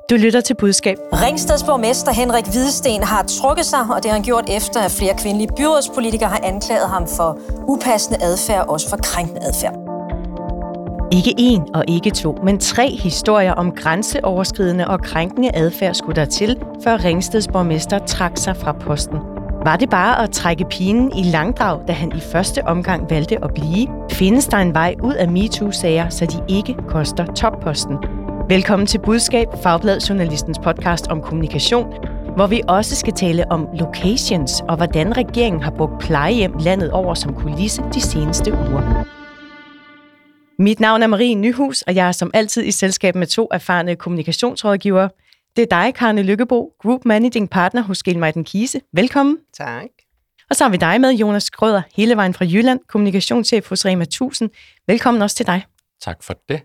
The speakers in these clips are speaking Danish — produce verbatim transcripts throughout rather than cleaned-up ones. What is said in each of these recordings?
Du lytter til Budskab. Ringsteds borgmester Henrik Hvidesten har trukket sig, og det har han gjort efter, at flere kvindelige byrådspolitikere har anklaget ham for upassende adfærd, også for krænkende adfærd. Ikke én og ikke to, men tre historier om grænseoverskridende og krænkende adfærd skulle der til, før Ringsteds borgmester trak sig fra posten. Var det bare at trække pinen i langdrag, da han i første omgang valgte at blive? Findes der en vej ud af MeToo-sager, så de ikke koster topposten? Velkommen til Budskab, Fagbladet Journalistens podcast om kommunikation, hvor vi også skal tale om locations og hvordan regeringen har brugt plejehjem landet over som kulisse de seneste uger. Mit navn er Marie Nyhus, og jeg er som altid i selskab med to erfarne kommunikationsrådgivere. Det er dig, Karne Lykkebo, Group Managing Partner hos Schellmeiten Kise. Velkommen. Tak. Og så har vi dig med, Jonas Schrøder, hele vejen fra Jylland, kommunikationschef hos Rema tusind. Velkommen også til dig. Tak for det.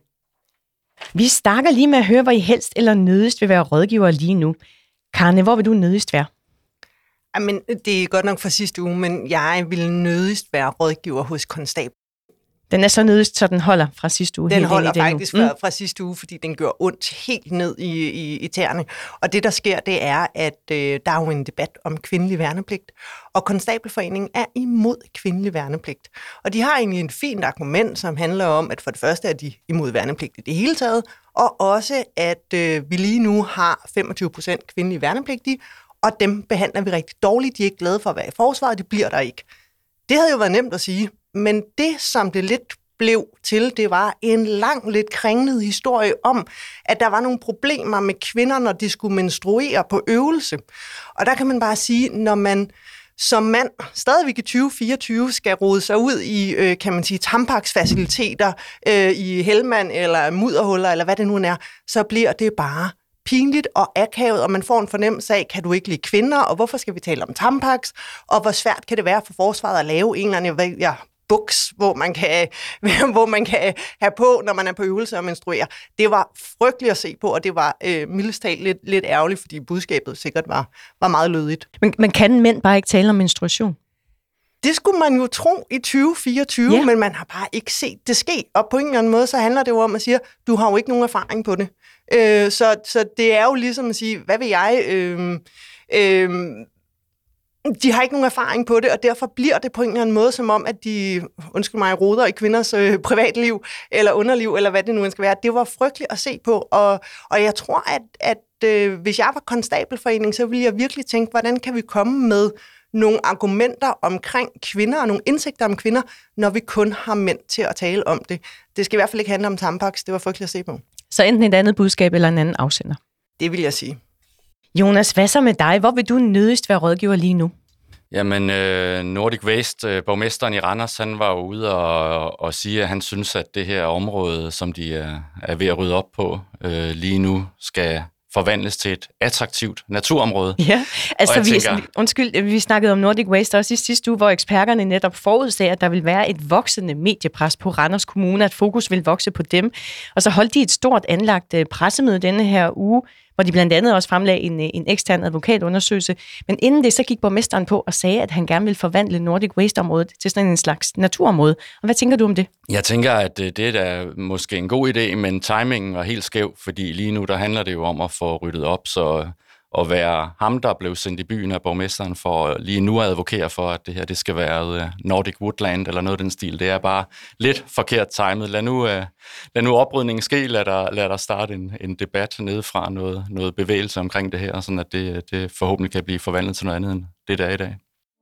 Vi starter lige med at høre, hvor I helst eller nødigst vil være rådgiver lige nu. Karne, hvor vil du nødigst være? Jamen, det er godt nok fra sidste uge, men jeg vil nødigst være rådgiver hos Konstabel. Den er så nødigst, så den holder fra sidste uge. Den holder den faktisk uge. fra, fra sidste uge, fordi den gør ondt helt ned i, i, i tæerne. Og det, der sker, det er, at øh, der er jo en debat om kvindelig værnepligt, og Konstabelforeningen er imod kvindelig værnepligt. Og de har egentlig en fint argument, som handler om, at for det første er de imod værnepligt i det hele taget, og også, at øh, vi lige nu har femogtyve procent kvindelige værnepligtige, og dem behandler vi rigtig dårligt. De er ikke glade for at være i forsvaret, de bliver der ikke. Det havde jo været nemt at sige, men det, som det lidt blev til, det var en lang, lidt kringlet historie om, at der var nogle problemer med kvinder, når de skulle menstruere på øvelse. Og der kan man bare sige, når man som mand stadigvæk i tyve fireogtyve skal rode sig ud i, øh, kan man sige, tampaksfaciliteter øh, i Hellman eller mudderhuller, eller hvad det nu er, så bliver det bare pinligt og akavet, og man får en fornemmelse af, kan du ikke lide kvinder, og hvorfor skal vi tale om tampaks, og hvor svært kan det være for forsvaret at lave en eller anden, ja, buks, hvor man kan, hvor man kan have på, når man er på øvelse og menstruerer. Det var frygteligt at se på, og det var øh, mildest talt lidt, lidt ærgerligt, fordi budskabet sikkert var, var meget lødigt. Men, men kan mænd bare ikke tale om menstruation? Det skulle man jo tro i tyve fireogtyve, yeah. Men man har bare ikke set det ske. Og på en eller anden måde, så handler det jo om at sige, du har jo ikke nogen erfaring på det. Øh, så, så det er jo ligesom at sige, hvad vil jeg... Øh, øh, De har ikke nogen erfaring på det, og derfor bliver det på en eller anden måde som om, at de, undskyld mig, roder i kvinders øh, privatliv, eller underliv, eller hvad det nu skal være. Det var frygteligt at se på, og, og jeg tror, at, at øh, hvis jeg var Konstabelforening, så ville jeg virkelig tænke, hvordan kan vi komme med nogle argumenter omkring kvinder, og nogle indsigter om kvinder, når vi kun har mænd til at tale om det. Det skal i hvert fald ikke handle om tampaks, det var frygteligt at se på. Så enten et andet budskab, eller en anden afsender? Det vil jeg sige. Jonas, hvad så med dig? Hvor vil du nødigst være rådgiver lige nu? Jamen, øh, Nordic Waste, øh, borgmesteren i Randers, han var jo ude og, og sige, at han synes, at det her område, som de er, er ved at rydde op på øh, lige nu, skal forvandles til et attraktivt naturområde. Ja, altså vi, tænker, undskyld, vi snakkede om Nordic Waste også i sidste uge, hvor eksperterne netop forudsagde, at der vil være et voksende mediepres på Randers Kommune, at fokus vil vokse på dem. Og så holdt de et stort anlagt pressemøde denne her uge, hvor de blandt andet også fremlagde en, en ekstern advokatundersøgelse. Men inden det, så gik borgmesteren på og sagde, at han gerne vil forvandle Nordic Waste-området til sådan en slags naturområde. Og hvad tænker du om det? Jeg tænker, at det er da måske en god idé, men timingen var helt skæv, fordi lige nu der handler det jo om at få ryddet op, så at være ham, der blev sendt i byen af borgmesteren for lige nu at advokere for, at det her det skal være Nordic Woodland eller noget af den stil. Det er bare lidt forkert timet. Lad nu, lad nu oprydningen ske, lad der, lad der starte en, en debat nedefra, noget, noget bevægelse omkring det her, sådan at det, det forhåbentlig kan blive forvandlet til noget andet end det, der er i dag.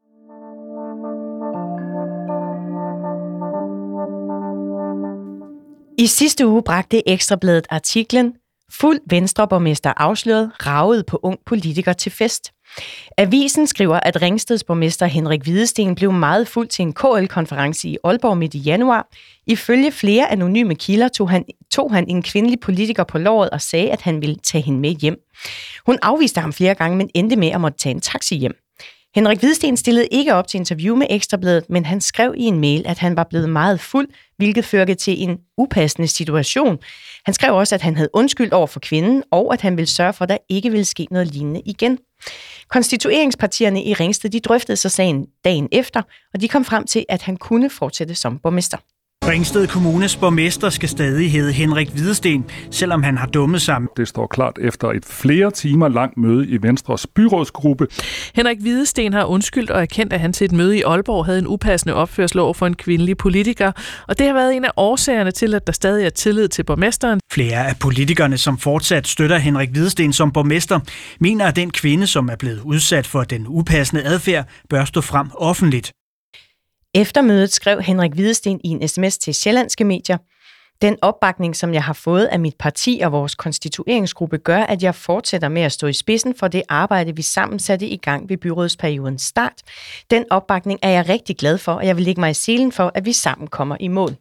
I sidste uge bragte Ekstrabladet artiklen "Fuld Venstreborgmester afsløret, raget på ung politiker til fest". Avisen skriver, at Ringsteds borgmester Henrik Hvidesten blev meget fuld til en K L-konference i Aalborg midt i januar. Ifølge flere anonyme kilder tog han, tog han en kvindelig politiker på låret og sagde, at han ville tage hende med hjem. Hun afviste ham flere gange, men endte med at måtte tage en taxi hjem. Henrik Hvidesten stillede ikke op til interview med Ekstrabladet, men han skrev i en mail, at han var blevet meget fuld, hvilket førte til en upassende situation. Han skrev også, at han havde undskyldt over for kvinden, og at han ville sørge for, at der ikke ville ske noget lignende igen. Konstitueringspartierne i Ringsted, de drøftede sig sagen dagen efter, og de kom frem til, at han kunne fortsætte som borgmester. Ringsted Kommunes borgmester skal stadig hedde Henrik Hvidesten, selvom han har dummet sig. Det står klart efter et flere timer langt møde i Venstres byrådsgruppe. Henrik Hvidesten har undskyldt og erkendt, at han til et møde i Aalborg havde en upassende opførsel over for en kvindelig politiker, og det har været en af årsagerne til, at der stadig er tillid til borgmesteren. Flere af politikerne, som fortsat støtter Henrik Hvidesten som borgmester, mener, at den kvinde, som er blevet udsat for den upassende adfærd, bør stå frem offentligt. Efter mødet skrev Henrik Hvidesten i en sms til sjællandske medier: Den opbakning, som jeg har fået af mit parti og vores konstitueringsgruppe, gør, at jeg fortsætter med at stå i spidsen for det arbejde, vi sammen satte i gang ved byrådsperiodens start. Den opbakning er jeg rigtig glad for, og jeg vil lægge mig i selen for, at vi sammen kommer i mål.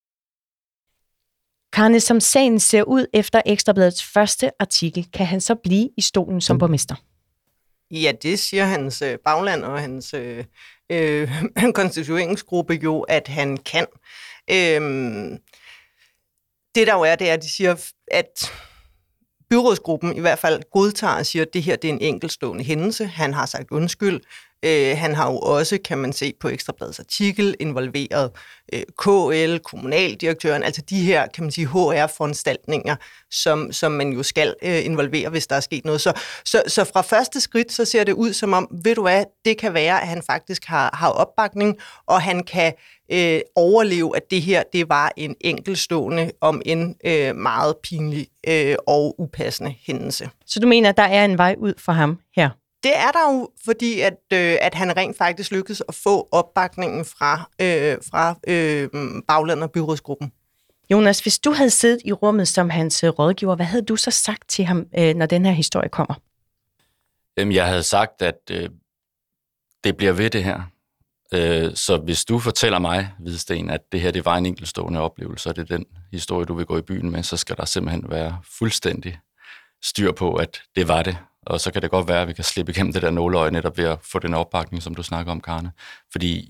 Karne, som sagen ser ud efter Ekstrabladets første artikel, kan han så blive i stolen som borgmester? Ja, det siger hans øh, bagland og hans øh, øh, konstitueringsgruppe jo, at han kan. Øhm, det der jo er, det er, at de siger, at byrådsgruppen i hvert fald godtager og siger, at det her det er en enkeltstående hændelse. Han har sagt undskyld. Øh, han har jo også, kan man se på Ekstrabladets artikel, involveret øh, K L, kommunaldirektøren, altså de her, kan man sige, H R-foranstaltninger, som, som man jo skal øh, involvere, hvis der er sket noget. Så, så, så fra første skridt, så ser det ud som om, ved du hvad, det kan være, at han faktisk har, har opbakning, og han kan øh, overleve, at det her, det var en enkeltstående, om en øh, meget pinlig øh, og upassende hændelse. Så du mener, at der er en vej ud for ham her? Det er der jo, fordi at, øh, at han rent faktisk lykkedes at få opbakningen fra, øh, fra øh, baglandet og byrådsgruppen. Jonas, hvis du havde siddet i rummet som hans rådgiver, hvad havde du så sagt til ham, øh, når den her historie kommer? Jamen, jeg havde sagt, at øh, det bliver ved det her. Øh, så hvis du fortæller mig, Hvidesten, at det her det var en enkeltstående oplevelse, og det er den historie, du vil gå i byen med, så skal der simpelthen være fuldstændig styr på, at det var det. Og så kan det godt være, at vi kan slippe igennem det der nåleøje netop ved at få den opbakning, som du snakker om, Karne. Fordi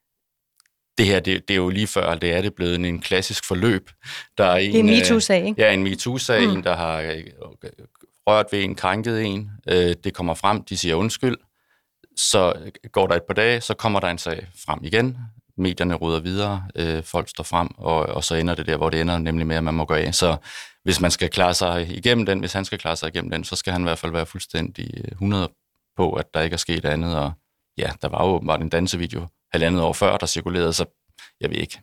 det her, det, det er jo lige før, det er det blevet en, en klassisk forløb. Der er en, det er en MeToo-sag, ikke? Ja, en MeToo-sag, mm. en, der har rørt ved en, krænket en. Det kommer frem, de siger undskyld. Så går der et par dage, så kommer der en sag frem igen. Medierne rydder videre, folk står frem, og, og så ender det der, hvor det ender, nemlig med, at man må gå af. Så hvis man skal klare sig igennem den, hvis han skal klare sig igennem den, så skal han i hvert fald være fuldstændig hundrede på, at der ikke er sket andet. Og ja, der var jo åbenbart en dansevideo halvandet år før, der cirkulerede, så jeg ved ikke.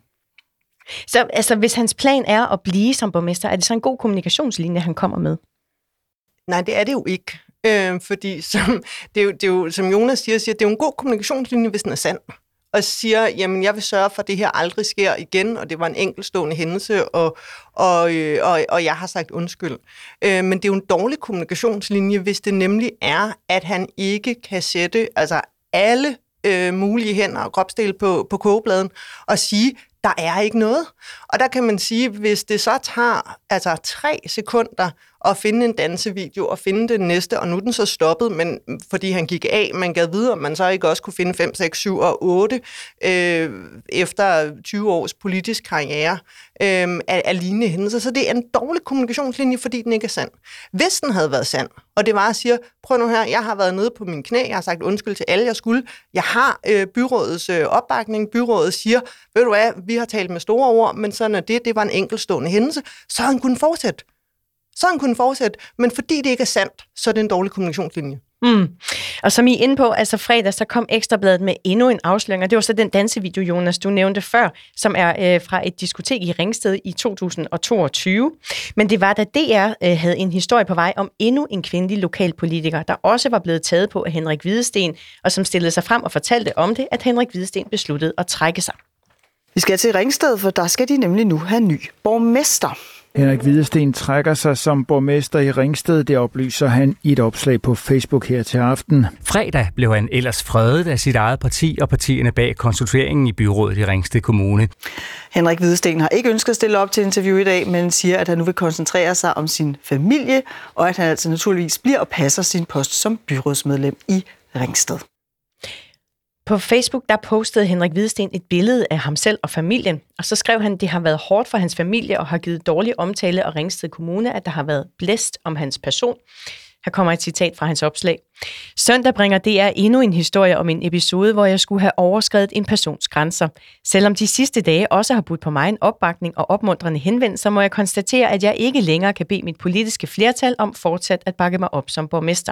Så altså, hvis hans plan er at blive som borgmester, er det så en god kommunikationslinje, han kommer med? Nej, det er det jo ikke. Øh, fordi, som, det er jo, det er jo, som Jonas siger, siger, det er jo en god kommunikationslinje, hvis den er sand. Og siger, jamen jeg vil sørge for, at det her aldrig sker igen, og det var en enkeltstående hændelse, og, og, øh, og, og jeg har sagt undskyld. Øh, men det er jo en dårlig kommunikationslinje, hvis det nemlig er, at han ikke kan sætte altså alle øh, mulige hænder og kropsdele på, på kogebladen og sige, der er ikke noget. Og der kan man sige, hvis det så tager altså tre sekunder at finde en dansevideo og finde den næste, og nu er den så stoppet, men fordi han gik af, man gad videre, man så ikke også kunne finde fem, seks, syv og otte øh, efter tyve års politisk karriere øh, af, af lignende hændelser. Så det er en dårlig kommunikationslinje, fordi den ikke er sand. Hvis den havde været sand, og det var at sige, prøv nu her, jeg har været nede på mine knæ, jeg har sagt undskyld til alle, jeg skulle, jeg har øh, byrådets øh, opbakning, byrådet siger, ved du hvad, vi har talt med store ord, men sådan er det, det var en enkeltstående hændelse, så havde han kunnet fortsætte. Så han kunne fortsætte, men fordi det ikke er sandt, så er det en dårlig kommunikationslinje. Mm. Og som I er inde på, altså fredag, så kom Ekstrabladet med endnu en afsløring, og det var så den dansevideo, Jonas, du nævnte før, som er øh, fra et diskotek i Ringsted i to tusind toogtyve. Men det var, da D R øh, havde en historie på vej om endnu en kvindelig lokalpolitiker, der også var blevet taget på af Henrik Hvidesten, og som stillede sig frem og fortalte om det, at Henrik Hvidesten besluttede at trække sig. Vi skal til Ringsted, for der skal de nemlig nu have ny borgmester. Henrik Hvidesten trækker sig som borgmester i Ringsted. Det oplyser han i et opslag på Facebook her til aften. Fredag blev han ellers fredet af sit eget parti og partierne bag konstitueringen i byrådet i Ringsted Kommune. Henrik Hvidesten har ikke ønsket at stille op til interview i dag, men siger, at han nu vil koncentrere sig om sin familie, og at han altså naturligvis bliver og passer sin post som byrådsmedlem i Ringsted. På Facebook der postede Henrik Hvidesten et billede af ham selv og familien, og så skrev han, at det har været hårdt for hans familie og har givet dårlig omtale af Ringsted Kommune, at der har været blæst om hans person. Her kommer et citat fra hans opslag. Søndag bringer D R endnu en historie om en episode, hvor jeg skulle have overskredet en persons grænser. Selvom de sidste dage også har budt på mig en opbakning og opmuntrende henvendelser, må jeg konstatere, at jeg ikke længere kan bede mit politiske flertal om fortsat at bakke mig op som borgmester.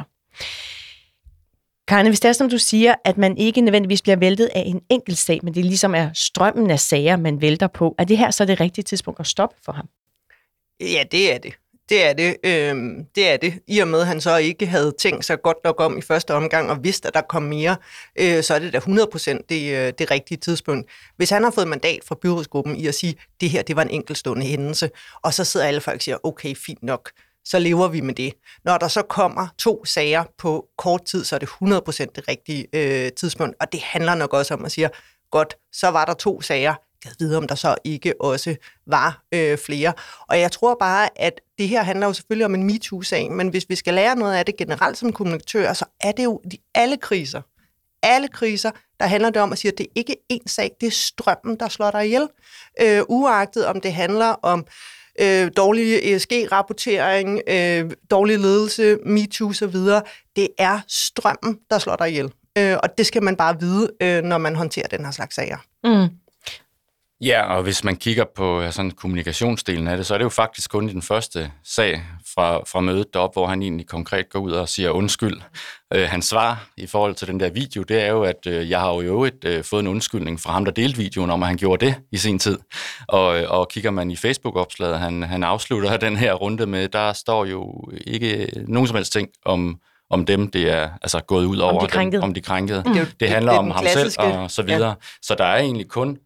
Karne, hvis det er, som du siger, at man ikke nødvendigvis bliver væltet af en enkelt sag, men det ligesom er strømmen af sager, man vælter på, er det her så det rigtige tidspunkt at stoppe for ham? Ja, det er det. Det er det. Øhm, det er det. I og med, at han så ikke havde tænkt sig godt nok om i første omgang, og vidste, at der kom mere, øh, så er det da hundrede procent det, det rigtige tidspunkt. Hvis han har fået mandat fra byrådsgruppen i at sige, at det her det var en enkeltstående hændelse, og så sidder alle folk og siger, okay, fint nok, så lever vi med det. Når der så kommer to sager på kort tid, så er det hundrede procent det rigtige øh, tidspunkt, og det handler nok også om at sige, godt, så var der to sager, jeg kan vide, om der så ikke også var øh, flere. Og jeg tror bare, at det her handler jo selvfølgelig om en MeToo-sag, men hvis vi skal lære noget af det generelt som kommunikatør, så er det jo de, alle kriser. Alle kriser, der handler det om at sige, at det ikke er én sag, det er strømmen, der slår dig ihjel. Øh, uagtet om det handler om øh, dårlig E S G-rapportering, øh, dårlig ledelse, MeToo osv., det er strømmen, der slår dig ihjel. Øh, og det skal man bare vide, øh, når man håndterer den her slags sager. Mm. Ja, og hvis man kigger på sådan kommunikationsdelen af det, så er det jo faktisk kun i den første sag fra, fra mødet deroppe, hvor han egentlig konkret går ud og siger undskyld. Øh, hans svar i forhold til den der video, det er jo, at øh, jeg har jo i øvrigt øh, fået en undskyldning fra ham, der delte videoen om, at han gjorde det i sin tid. Og, og kigger man i Facebook-opslaget, han, han afslutter den her runde med, der står jo ikke nogen som helst ting om om dem, det er altså gået ud over, om de krænkede. Dem, om de krænkede. Mm. Det, det handler det om ham klassiske selv og så videre. Ja. Så der er egentlig kun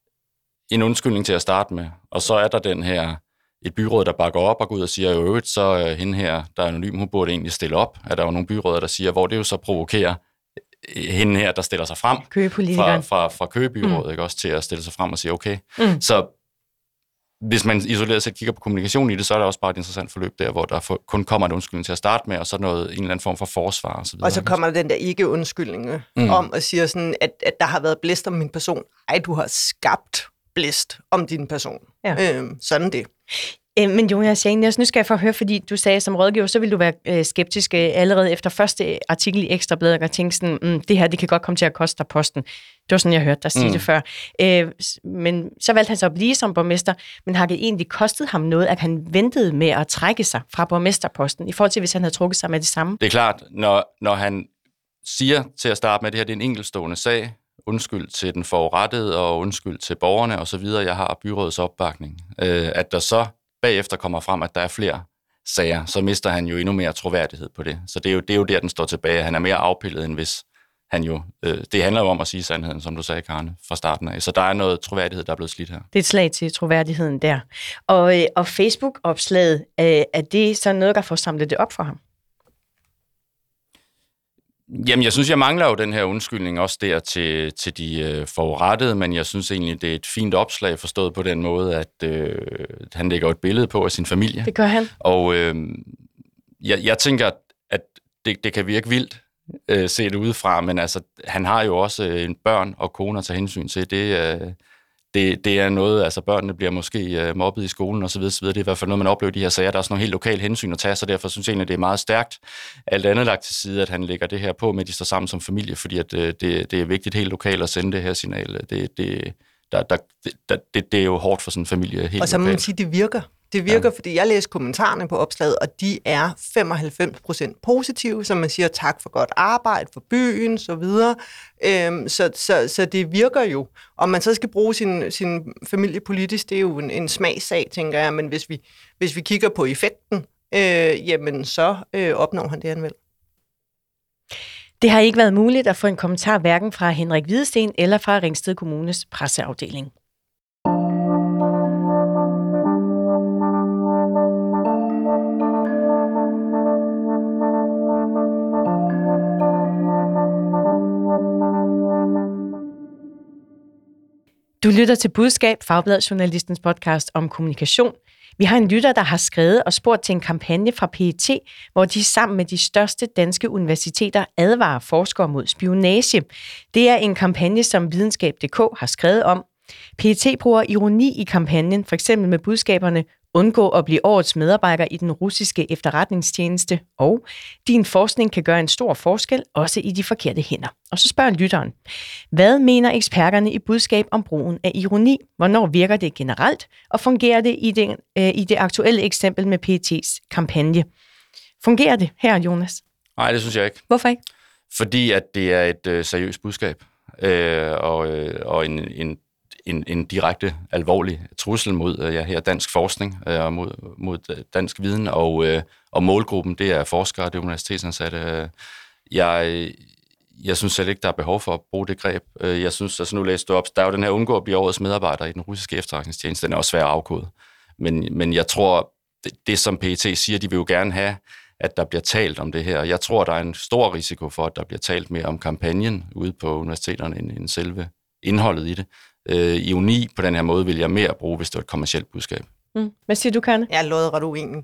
en undskyldning til at starte med, og så er der den her, et byråd, der bakker op og går ud og siger, jo øvrigt, så uh, hende her, der er anonym, hun burde egentlig stille op. Er der jo nogle byråder, der siger, hvor det jo så provokerer hende her, der stiller sig frem fra, fra, fra Køgebyrådet, mm. ikke, også til at stille sig frem og sige, okay. Mm. Så hvis man isoleret set kigger på kommunikation i det, så er der også bare et interessant forløb der, hvor der for, kun kommer en undskyldning til at starte med, og så noget, en eller anden form for forsvar og så videre. Og så kommer der den der ikke-undskyldning mm. om at sige sådan, at, at der har været blæst om min person. Ej, du har skabt blæst om din person. Ja. Øhm, sådan det. Men Jonas, jeg er også nysgerrig for at høre, fordi du sagde som rådgiver, så vil du være øh, skeptisk øh, allerede efter første artikel i Ekstra Bladet, og tænke sådan, mm, det her, det kan godt komme til at koste dig posten. Det var sådan, jeg hørte dig sige mm. det før. Øh, men så valgte han så at blive som borgmester, men har det egentlig kostet ham noget, at han ventede med at trække sig fra borgmesterposten, i forhold til, hvis han havde trukket sig med det samme? Det er klart, når, når han siger til at starte med, at det her det er en enkeltstående sag, undskyld til den forurettede og undskyld til borgerne osv., jeg har byrådets opbakning, øh, at der så bagefter kommer frem, at der er flere sager, så mister han jo endnu mere troværdighed på det. Så det er jo, det er jo der, den står tilbage. Han er mere afpillet, end hvis han jo... Øh, det handler jo om at sige sandheden, som du sagde, Karne, fra starten af. Så der er noget troværdighed, der er blevet slidt her. Det er et slag til troværdigheden der. Og, og Facebook-opslaget, øh, er det så noget, der får samlet det op for ham? Jamen, jeg synes, jeg mangler jo den her undskyldning også der til, til de øh, forurettede, men jeg synes egentlig, det er et fint opslag forstået på den måde, at øh, han lægger et billede på af sin familie. Det gør han. Og øh, jeg, jeg tænker, at det, det kan virke vildt øh, set udefra, men altså, han har jo også en børn og kone at tage hensyn til. Det, øh, det, det er noget, altså børnene bliver måske øh, mobbet i skolen osv. Det er i hvert fald noget, man oplever i de her sager. Der er også nogle helt lokale hensyn at tage, så derfor synes jeg egentlig, det er meget stærkt. Alt andet lagt til side, at han lægger det her på med, at de står sammen som familie, fordi at, øh, det, det er vigtigt helt lokalt at sende det her signal. Det, det, der, der, der, det, det er jo hårdt for sådan en familie helt Og så må lokalt. man sige, det virker. Det virker, ja. Fordi jeg læste kommentarerne på opslaget, og de er femoghalvfems procent positive, så man siger tak for godt arbejde for byen, så videre. Øhm, så, så, så det virker jo. Om man så skal bruge sin, sin familie politisk, det er jo en, en smagssag, tænker jeg, men hvis vi, hvis vi kigger på effekten, øh, jamen så øh, opnår han det, han vil. Det har ikke været muligt at få en kommentar hverken fra Henrik Hvidesten eller fra Ringsted Kommunes presseafdeling. Du lytter til Budskab, Fagbladet Journalistens podcast om kommunikation. Vi har en lytter, der har skrevet og spurgt til en kampagne fra P E T, hvor de sammen med de største danske universiteter advarer forskere mod spionage. Det er en kampagne, som videnskab punktum d k har skrevet om. P E T bruger ironi i kampagnen, for eksempel med budskaberne undgå at blive årets medarbejder i den russiske efterretningstjeneste, og din forskning kan gøre en stor forskel, også i de forkerte hænder. Og så spørger lytteren, hvad mener eksperterne i budskab om brugen af ironi? Hvornår virker det generelt, og fungerer det i det, øh, i det aktuelle eksempel med P E T's kampagne? Fungerer det her, Jonas? Nej, det synes jeg ikke. Hvorfor ikke? Fordi at det er et øh, seriøst budskab, øh, og, øh, og en, en En, en direkte alvorlig trussel mod øh, ja, her dansk forskning øh, og mod, mod dansk viden, og, øh, og målgruppen, det er forskere, det er universitetsansatte. Jeg, jeg synes selv ikke, der er behov for at bruge det greb. Jeg synes, altså nu læste du op, der er jo den her undgå at blive årets medarbejder i den russiske efterretningstjeneste, den er også svær at afkode. Men, men jeg tror, det, det som P E T siger, de vil jo gerne have, at der bliver talt om det her. Jeg tror, der er en stor risiko for, at der bliver talt mere om kampagnen ude på universiteterne, end, end selve indholdet i det. Øh, ironi på den her måde vil jeg mere bruge, hvis det var et kommercielt budskab. Mm. Hvad siger du, Karne? Jeg er lodret uenig.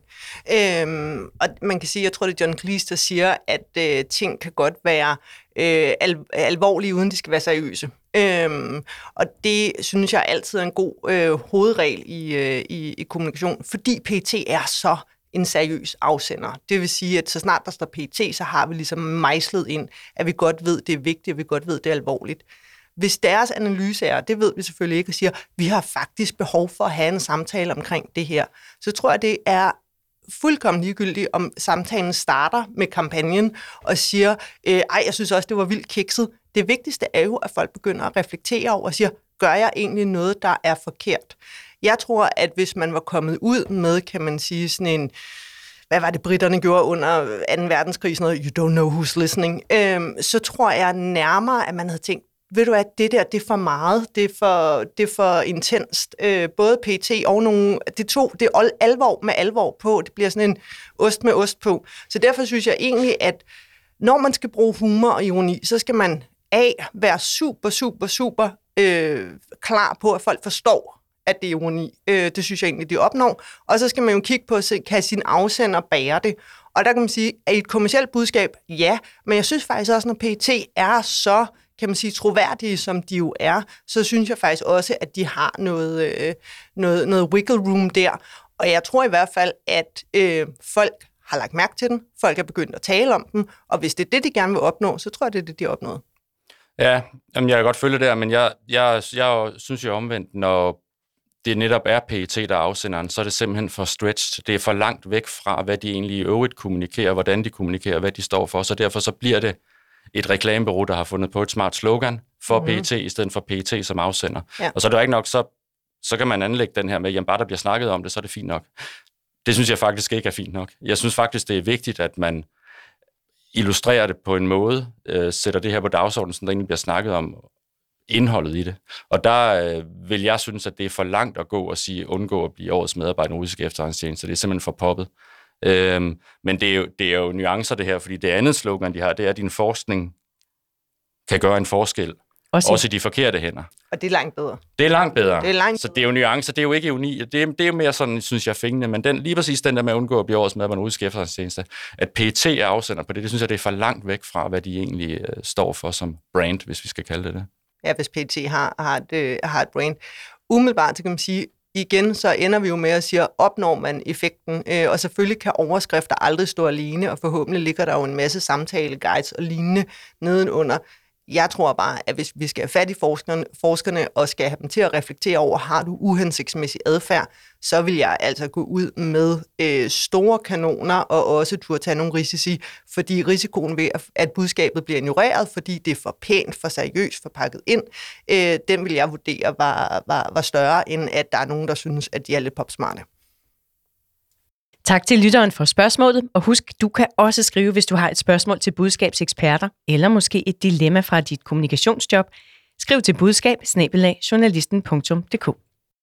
Øhm, og man kan sige, jeg tror, det er John Cleese, der siger, at øh, ting kan godt være øh, al- alvorlige, uden de skal være seriøse. Øhm, og det synes jeg altid er en god øh, hovedregel i, øh, i, i kommunikation, fordi P E T er så en seriøs afsender. Det vil sige, at så snart der står P E T, så har vi ligesom mejslet ind, at vi godt ved, det er vigtigt, og vi godt ved, det er alvorligt. Hvis deres analyse er, det ved vi selvfølgelig ikke, og siger, vi har faktisk behov for at have en samtale omkring det her, så tror jeg, det er fuldkommen ligegyldigt, om samtalen starter med kampagnen og siger, øh, ej, jeg synes også, det var vildt kikset. Det vigtigste er jo, at folk begynder at reflektere over og siger, gør jeg egentlig noget, der er forkert? Jeg tror, at hvis man var kommet ud med, kan man sige, sådan en, hvad var det, britterne gjorde under anden verdenskrig, sådan noget, you don't know who's listening, øh, så tror jeg nærmere, at man havde tænkt, ved du hvad, det der, det er for meget, det er for, det er for intenst. Øh, både P E T og nogle, det to, det er alvor med alvor på, det bliver sådan en ost med ost på. Så derfor synes jeg egentlig, at når man skal bruge humor og ironi, så skal man A, være super, super, super øh, klar på, at folk forstår, at det er ironi. Øh, det synes jeg egentlig, de opnår. Og så skal man jo kigge på, kan sin afsender bære det? Og der kan man sige, at i et kommercielt budskab, ja, men jeg synes faktisk også, når P E T er så, kan man sige, troværdige, som de jo er, så synes jeg faktisk også, at de har noget, øh, noget, noget wiggle room der. Og jeg tror i hvert fald, at øh, folk har lagt mærke til den, folk er begyndt at tale om den, og hvis det er det, de gerne vil opnå, så tror jeg, det er det, de har opnået. Ja, jamen jeg kan godt følge der, men jeg, jeg, jeg synes jo omvendt, når det netop er P E T, der er afsenderen, så er det simpelthen for stretched. Det er for langt væk fra, hvad de egentlig i øvrigt kommunikerer, hvordan de kommunikerer, hvad de står for, så derfor så bliver det et reklamebureau, der har fundet på et smart slogan for mm-hmm. P E T, i stedet for P E T som afsender. Ja. Og så er det jo ikke nok, så, så kan man anlægge den her med, jamen bare der bliver snakket om det, så er det fint nok. Det synes jeg faktisk ikke er fint nok. Jeg synes faktisk, det er vigtigt, at man illustrerer det på en måde, øh, sætter det her på dagsordenen, så der egentlig bliver snakket om indholdet i det. Og der øh, vil jeg synes, at det er for langt at gå og sige, undgå at blive årets medarbejder i den russiske efterretningstjeneste. Det er simpelthen for poppet. Øhm, men det er, jo, det er jo nuancer det her, fordi det andet slogan, de har, det er, at din forskning kan gøre en forskel, også, også i de forkerte hænder. Og det er langt bedre. Det er langt bedre. Det er langt så det er jo nuancer, det er jo ikke ironi. Det er, det er jo mere sådan, synes jeg, fængende, men den, lige præcis den der med at undgå at blive årets medarbejder i den russiske efterretningstjeneste, at P E T er afsender på det, det synes jeg, det er for langt væk fra, hvad de egentlig øh, står for som brand, hvis vi skal kalde det det. Ja, hvis P E T har, har, et, øh, har et brand. Umiddelbart, så kan man sige, igen, så ender vi jo med at sige, opnår man effekten, øh, og selvfølgelig kan overskrifter aldrig stå alene, og forhåbentlig ligger der jo en masse samtaleguides og lignende nedenunder. Jeg tror bare, at hvis vi skal have fat i forskerne, forskerne og skal have dem til at reflektere over, har du uhensigtsmæssig adfærd, så vil jeg altså gå ud med øh, store kanoner og også turde tage nogle risici, fordi risikoen ved, at budskabet bliver ignoreret, fordi det er for pænt, for seriøst, for pakket ind, øh, den vil jeg vurdere var, var, var større, end at der er nogen, der synes, at de er lidt popsmarte. Tak til lytteren for spørgsmålet, og husk, du kan også skrive, hvis du har et spørgsmål til budskabseksperter, eller måske et dilemma fra dit kommunikationsjob. Skriv til budskab snabel-a journalisten punktum d k.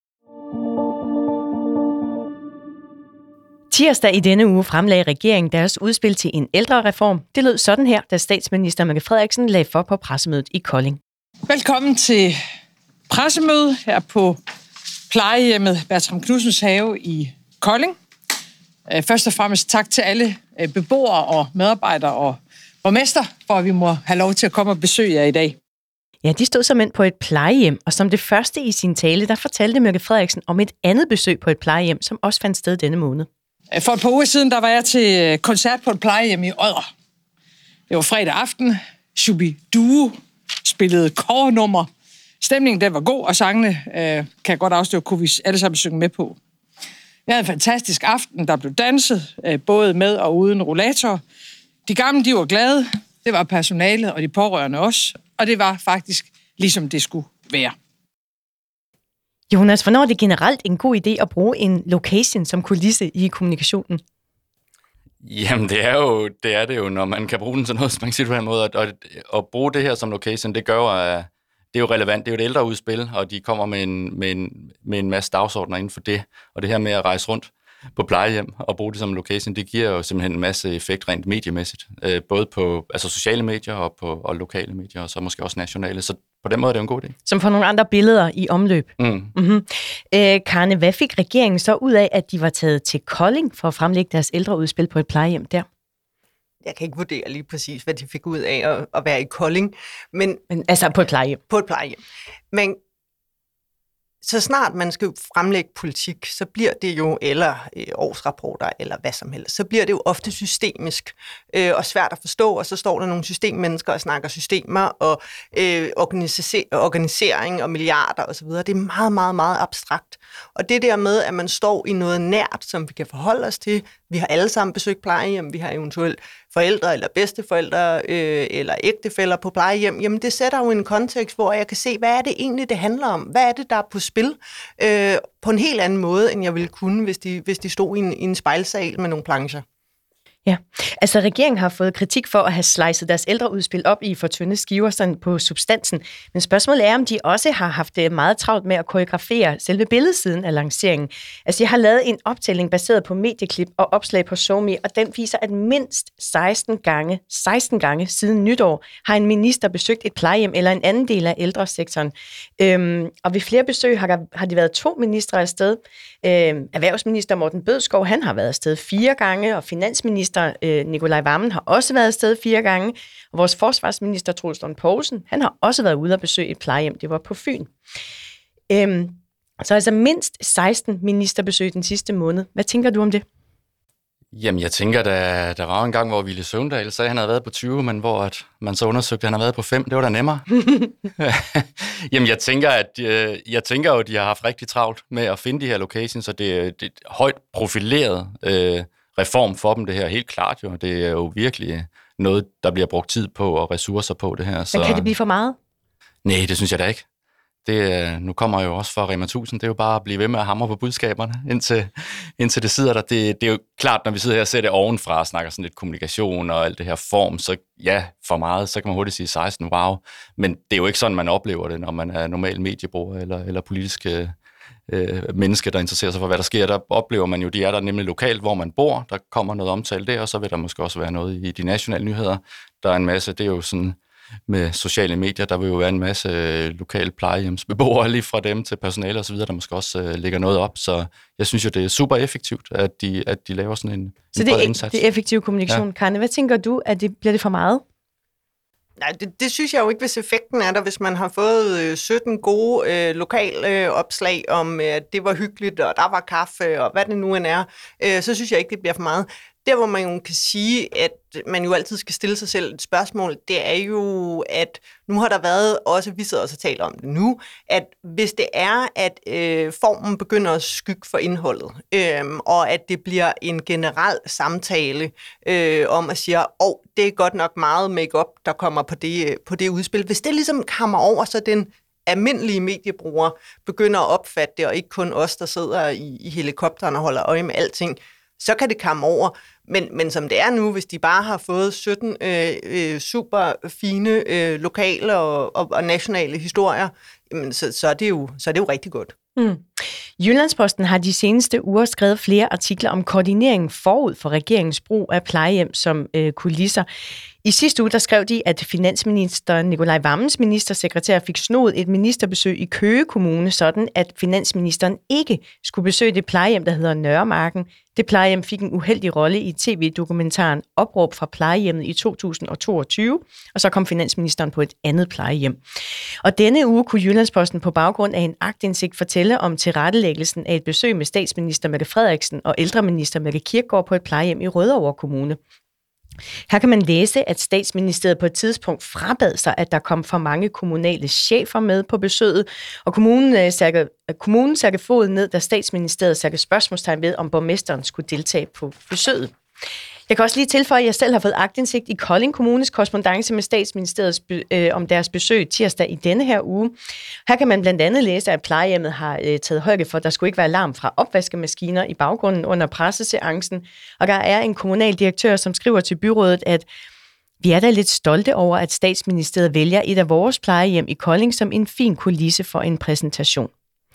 Tirsdag i denne uge fremlagde regeringen deres udspil til en ældrereform. Det lød sådan her, da statsminister Mette Frederiksen lagde for på pressemødet i Kolding. Velkommen til pressemødet her på plejehjemmet Bertram Knudsens Have i Kolding. Først og fremmest tak til alle beboere og medarbejdere og borgmester, for at vi må have lov til at komme og besøge jer i dag. Ja, de stod som på et plejehjem, og som det første i sin tale, der fortalte Mette Frederiksen om et andet besøg på et plejehjem, som også fandt sted denne måned. For et par uger siden, der var jeg til koncert på et plejehjem i Odder. Det var fredag aften. Shubiduo spillede kårnummer. Stemningen den var god, og sangene, øh, kan jeg godt afsløre, kunne vi alle sammen synge med på. Jeg havde en fantastisk aften, der blev danset, øh, både med og uden rollator. De gamle, de var glade. Det var personalet og de pårørende også. Og det var faktisk ligesom det skulle være. Jonas, hvornår er det generelt en god idé at bruge en location som kulisse i kommunikationen? Jamen, det er jo det, er det jo, når man kan bruge den til noget, som man kan sige på den måde. Og at bruge det her som location, det gør jo, at det er jo relevant. Det er jo et ældreudspil, og de kommer med en, med en, med en masse dagsordner inden for det. Og det her med at rejse rundt på plejehjem og bruge det som location, det giver jo simpelthen en masse effekt rent mediemæssigt. Øh, både på altså sociale medier og på og lokale medier, og så måske også nationale. Så på den måde er det jo en god idé. Som får nogle andre billeder i omløb. Mm. Mm-hmm. Øh, Karne, hvad fik regeringen så ud af, at de var taget til Kolding for at fremlægge deres ældreudspil på et plejehjem der? Jeg kan ikke vurdere lige præcis, hvad de fik ud af at, at være i Kolding. Men, men altså på et plejehjem? På et plejehjem. Men så snart man skal fremlægge politik, så bliver det jo, eller øh, årsrapporter, eller hvad som helst, så bliver det jo ofte systemisk øh, og svært at forstå, og så står der nogle systemmennesker og snakker systemer og øh, organise- organisering og milliarder osv. Det er meget, meget, meget abstrakt. Og det der med, at man står i noget nært, som vi kan forholde os til, vi har alle sammen besøgt plejehjem, vi har eventuelt forældre eller bedsteforældre øh, eller ægtefæller på plejehjem, jamen det sætter jo en kontekst, hvor jeg kan se, hvad er det egentlig, det handler om? Hvad er det, der er på spil? Øh, på en helt anden måde, end jeg ville kunne, hvis de, hvis de stod i en, i en spejlsal med nogle plancher. Ja, altså regeringen har fået kritik for at have slicet deres ældreudspil op i for tynde skiver sådan på substansen. Men spørgsmålet er, om de også har haft meget travlt med at koreografere selve billedsiden af lanceringen. Altså jeg har lavet en optælling baseret på medieklip og opslag på SoMe, og den viser, at mindst seksten gange, seksten gange siden nytår har en minister besøgt et plejehjem eller en anden del af ældresektoren. Øhm, og ved flere besøg har, der, har det været to ministre afsted. Øhm, erhvervsminister Morten Bødskov, han har været afsted fire gange, og finansminister Nikolaj Wammen har også været afsted fire gange, og vores forsvarsminister Troels Lund Poulsen, han har også været ude at besøge et plejehjem, det var på Fyn. Øhm, så altså mindst seksten ministerbesøg den sidste måned. Hvad tænker du om det? Jamen, jeg tænker, der, der var en gang, hvor Ville Søvndal sagde, at han havde været på tyve, men hvor at man så undersøgte, at han havde været på fem. Det var da nemmere. Jamen, jeg tænker, at jeg tænker jo, at de har haft rigtig travlt med at finde de her locations, så det er et højt profileret øh, reform for dem, det her. Helt klart jo. Det er jo virkelig noget, der bliver brugt tid på og ressourcer på det her. Så men kan det blive for meget? Nej, det synes jeg da ikke. Det, nu kommer jeg jo også fra Rema tusind, det er jo bare at blive ved med at hamre på budskaberne, indtil, indtil det sidder der. Det, det er jo klart, når vi sidder her og ser det ovenfra og snakker sådan lidt kommunikation og alt det her form, så ja, for meget, så kan man hurtigt sige seksten, wow. Men det er jo ikke sådan, man oplever det, når man er normal mediebruger eller, eller politiske øh, menneske, der interesserer sig for, hvad der sker. Der oplever man jo, de er der nemlig lokalt, hvor man bor, der kommer noget omtale der, og så vil der måske også være noget i de nationale nyheder. Der er en masse, det er jo sådan med sociale medier, der vil jo være en masse lokale plejehjemsbeboere, lige fra dem til personale og så videre, der måske også uh, lægger noget op. Så jeg synes jo, det er super effektivt, at de, at de laver sådan en, så en det bred er, indsats. det er effektiv kommunikation. Ja. Karne, hvad tænker du, at det bliver det for meget? Nej, det, det synes jeg jo ikke, hvis effekten er der, hvis man har fået øh, sytten gode øh, lokale øh, opslag om, at øh, det var hyggeligt, og der var kaffe, og hvad det nu end er, øh, så synes jeg ikke, det bliver for meget. Der, hvor man jo kan sige, at man jo altid skal stille sig selv et spørgsmål, det er jo, at nu har der været, også vi sidder også og taler om det nu, at hvis det er, at øh, formen begynder at skygge for indholdet, øh, og at det bliver en generel samtale øh, om at sige, åh, oh, det er godt nok meget make-up, der kommer på det, på det udspil. Hvis det ligesom kommer over, så den almindelige mediebrugere begynder at opfatte det, og ikke kun os, der sidder i, i helikopteren og holder øje med alting, så kan det komme over. Men, men som det er nu, hvis de bare har fået sytten øh, øh, super fine øh, lokale og, og, og nationale historier, jamen, så, så, er det jo, så er det jo rigtig godt. Mm. Jyllandsposten har de seneste uger skrevet flere artikler om koordineringen forud for regeringens brug af plejehjem som øh, kulisser. I sidste uge der skrev de, at finansminister Nikolaj Wammens ministersekretær fik snoet et ministerbesøg i Køge Kommune, sådan at finansministeren ikke skulle besøge det plejehjem, der hedder Nørremarken, Det plejehjem fik en uheldig rolle i tv-dokumentaren Opråb fra plejehjemmet i to tusind og toogtyve, og så kom finansministeren på et andet plejehjem. Og denne uge kunne Jyllandsposten på baggrund af en aktindsigt fortælle om tilrettelæggelsen af et besøg med statsminister Mette Frederiksen og ældreminister Mette Kirkegaard på et plejehjem i Rødovre Kommune. Her kan man læse, at statsministeriet på et tidspunkt frabad sig, at der kom for mange kommunale chefer med på besøget, og kommunen satte, kommunen satte foden ned, da statsministeriet satte spørgsmålstegn ved, om borgmesteren skulle deltage på besøget. Jeg kan også lige tilføje, at jeg selv har fået aktindsigt i Kolding Kommunes korrespondance med statsministeriet øh, om deres besøg tirsdag i denne her uge. Her kan man blandt andet læse, at plejehjemmet har øh, taget højde for, at der skulle ikke være alarm fra opvaskemaskiner i baggrunden under presseseancen. Og der er en kommunaldirektør, som skriver til byrådet, at vi er da lidt stolte over, at statsministeriet vælger et af vores plejehjem i Kolding som en fin kulisse for en præsentation.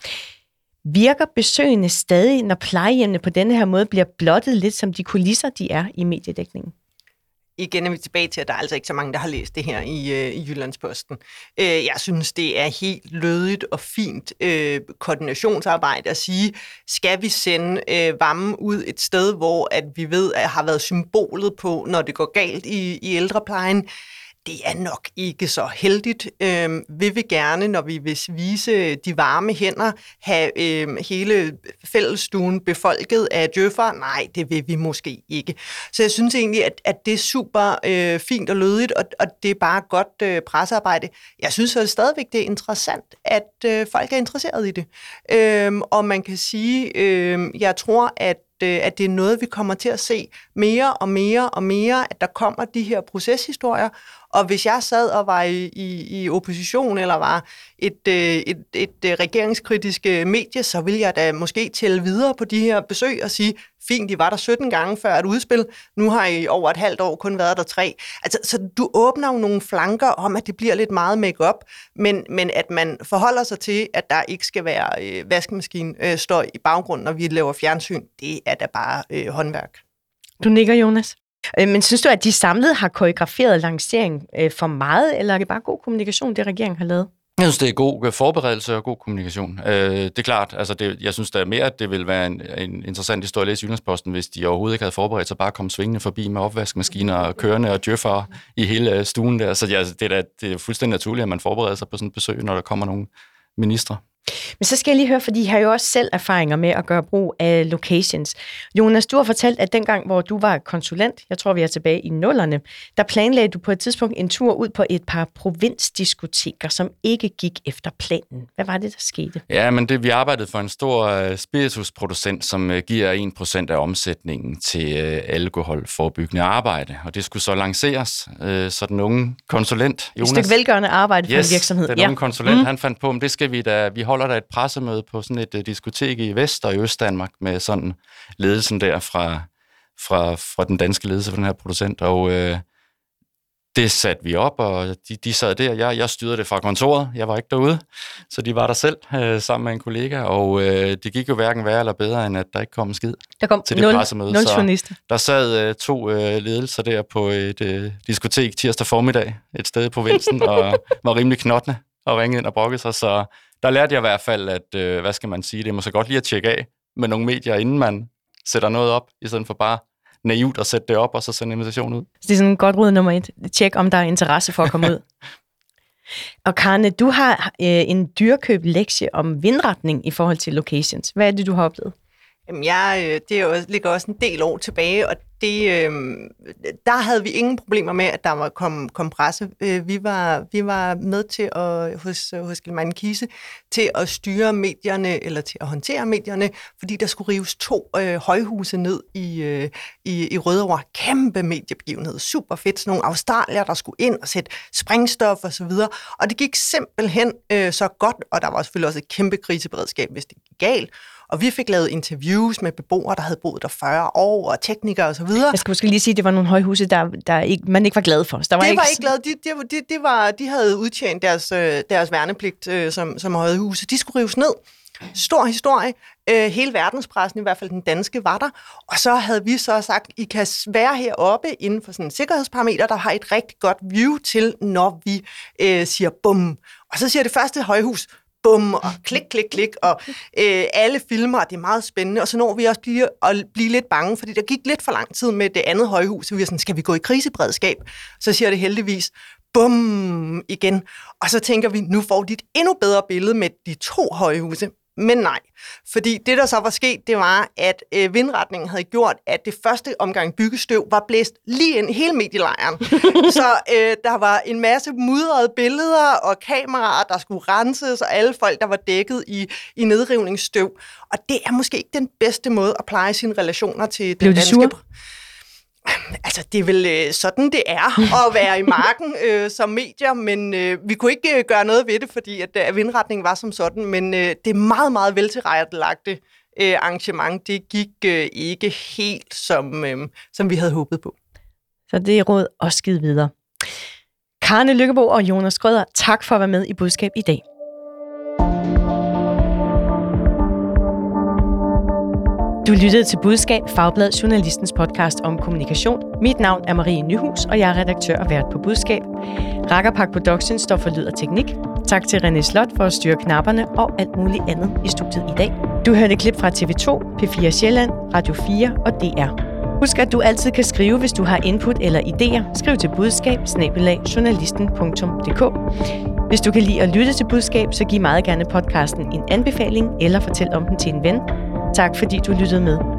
Virker besøgende stadig, når plejehjemmene på denne her måde bliver blottet lidt som de kulisser, de er i mediedækningen? Igen er vi tilbage til, at der er altså ikke så mange, der har læst det her i, øh, i Jyllandsposten. Øh, jeg synes, det er helt lødigt og fint øh, koordinationsarbejde at sige, skal vi sende øh, varmen ud et sted, hvor at vi ved, at har været symbolet på, når det går galt i, i ældreplejen. Det er nok ikke så heldigt. Øhm, vi vil gerne, når vi vil vise de varme hænder, have øhm, hele fællesstuen befolket af djøffer. Nej, det vil vi måske ikke. Så jeg synes egentlig, at, at det er super øh, fint og lødigt, og, og det er bare godt øh, pressearbejde. Jeg synes så stadigvæk, det er interessant, at øh, folk er interesseret i det. Øhm, og man kan sige, øh, jeg tror, at at det er noget, vi kommer til at se mere og mere og mere, at der kommer de her proceshistorier. Og hvis jeg sad og var i, i, i opposition, eller var et, et, et, et regeringskritisk medie, så ville jeg da måske tælle videre på de her besøg og sige, fint, de var der sytten gange før et udspil, nu har I over et halvt år kun været der tre. Altså, så du åbner jo nogle flanker om, at det bliver lidt meget make-up, men, men at man forholder sig til, at der ikke skal være øh, vaskemaskine-støj i baggrunden, når vi laver fjernsyn, det er da bare øh, håndværk. Du nikker, Jonas. Men synes du, at de samlet har koreograferet lancering for meget, eller er det bare god kommunikation, det regeringen har lavet? Jeg synes, det er god forberedelse og god kommunikation. Det er klart, altså det, jeg synes da mere, at det ville være en, en interessant historie at læse i Jyllandsposten, hvis de overhovedet ikke havde forberedt sig, bare kom svingende forbi med opvaskemaskiner og kørende og djøffere i hele stuen der. Så ja, det, er da, det er fuldstændig naturligt, at man forbereder sig på sådan et besøg, når der kommer nogle ministre. Men så skal jeg lige høre, fordi I har jo også selv erfaringer med at gøre brug af locations. Jonas, du har fortalt, at dengang, hvor du var konsulent, jeg tror, vi er tilbage i nullerne, der planlagde du på et tidspunkt en tur ud på et par provinsdiskoteker, som ikke gik efter planen. Hvad var det, der skete? Ja, men det, vi arbejdede for en stor spiritusproducent, som giver en procent af omsætningen til alkoholforebyggende arbejde. Og det skulle så lanceres, så den unge konsulent, Jonas... Et stykke velgørende arbejde for yes, en virksomhed. den unge ja. konsulent, mm. han fandt på, om det skal vi da... Vi holder der et pressemøde på sådan et uh, diskotek i Vest- og i Østdanmark med sådan ledelsen der fra, fra, fra den danske ledelse for den her producent, og uh, det satte vi op, og de, de sad der. Jeg, jeg styrede det fra kontoret, jeg var ikke derude, så de var der selv uh, sammen med en kollega, og uh, det gik jo hverken værre eller bedre, end at der ikke kom en skid der kom til det nul, pressemøde. Nul så der sad uh, to uh, ledelser der på et uh, diskotek tirsdag formiddag, et sted på Vinsen, og var rimelig knottende og ringede ind og brokkede sig, så der lærte jeg i hvert fald, at, øh, hvad skal man sige, det er måske godt lige at tjekke af med nogle medier, inden man sætter noget op, i stedet for bare naivt at sætte det op, og så sende invitation ud. Så det er sådan et godt råd nummer et. Tjek, om der er interesse for at komme ud. Og Karne, du har øh, en dyrkøb lektie om vindretning i forhold til locations. Hvad er det, du har oplevet? Jamen, jeg, det er jo, ligger også en del år tilbage, og det, øh, der havde vi ingen problemer med, at der var kom, kom presse. Vi var, vi var med til at, hos, hos Gilman Kise, til at styre medierne, eller til at håndtere medierne, fordi der skulle rives to øh, højhuse ned i, øh, i, i Rødovre. Kæmpe mediebegivenhed, super fedt. Sådan nogle australier, der skulle ind og sætte sprængstof og så videre. Og det gik simpelthen øh, så godt, og der var selvfølgelig også et kæmpe kriseberedskab, hvis det gik galt. Og vi fik lavet interviews med beboere, der havde boet der fyrre år, og teknikere og så videre. Jeg skal måske lige sige, at det var nogle højhuse, der, der ikke, man ikke var glad for. Der var det ikke... var ikke glad. De, de, de, de, var, de havde udtjent deres, deres værnepligt øh, som, som højhuse. De skulle rives ned. Stor historie. Øh, hele verdenspressen, i hvert fald den danske, var der. Og så havde vi så sagt, I kan være heroppe inden for sådan en sikkerhedsparameter, der har et rigtig godt view til, når vi øh, siger bum. Og så siger det første højhus, bum, og klik, klik, klik, og øh, alle filmer, det er meget spændende, og så når vi også blive, at blive lidt bange, fordi der gik lidt for lang tid med det andet højhus, så vi var sådan, skal vi gå i kriseberedskab? Så siger det heldigvis, bum, igen. Og så tænker vi, nu får de et endnu bedre billede med de to højhuse. Men nej, fordi det, der så var sket, det var, at øh, vindretningen havde gjort, at det første omgang byggestøv var blæst lige ind i hele medielejren. Så øh, der var en masse mudrede billeder og kameraer, der skulle renses, og alle folk, der var dækket i, i nedrivningsstøv. Og det er måske ikke den bedste måde at pleje sine relationer til den Blev de danske... sure? Altså, det er vel øh, sådan, det er at være i marken øh, som medier, men øh, vi kunne ikke øh, gøre noget ved det, fordi at, at vindretningen var som sådan, men øh, det er meget, meget veltilrettelagte øh, arrangement. Det gik øh, ikke helt, som, øh, som vi havde håbet på. Så det er råd og skid videre. Karne Lykkebo og Jonas Schrøder, tak for at være med i Budskab i dag. Du lyttede til Budskab, Fagblad Journalistens podcast om kommunikation. Mit navn er Marie Nyhus, og jeg er redaktør og vært på Budskab. Rakkerpak Production står for lyd og teknik. Tak til René Slot for at styre knapperne og alt muligt andet i studiet i dag. Du hørte et klip fra T V to, P fire Sjælland, Radio fire og D R. Husk, at du altid kan skrive, hvis du har input eller idéer. Skriv til budskab bindestreg journalisten punktum d k. Hvis du kan lide at lytte til Budskab, så giv meget gerne podcasten en anbefaling eller fortæl om den til en ven. Tak fordi du lyttede med.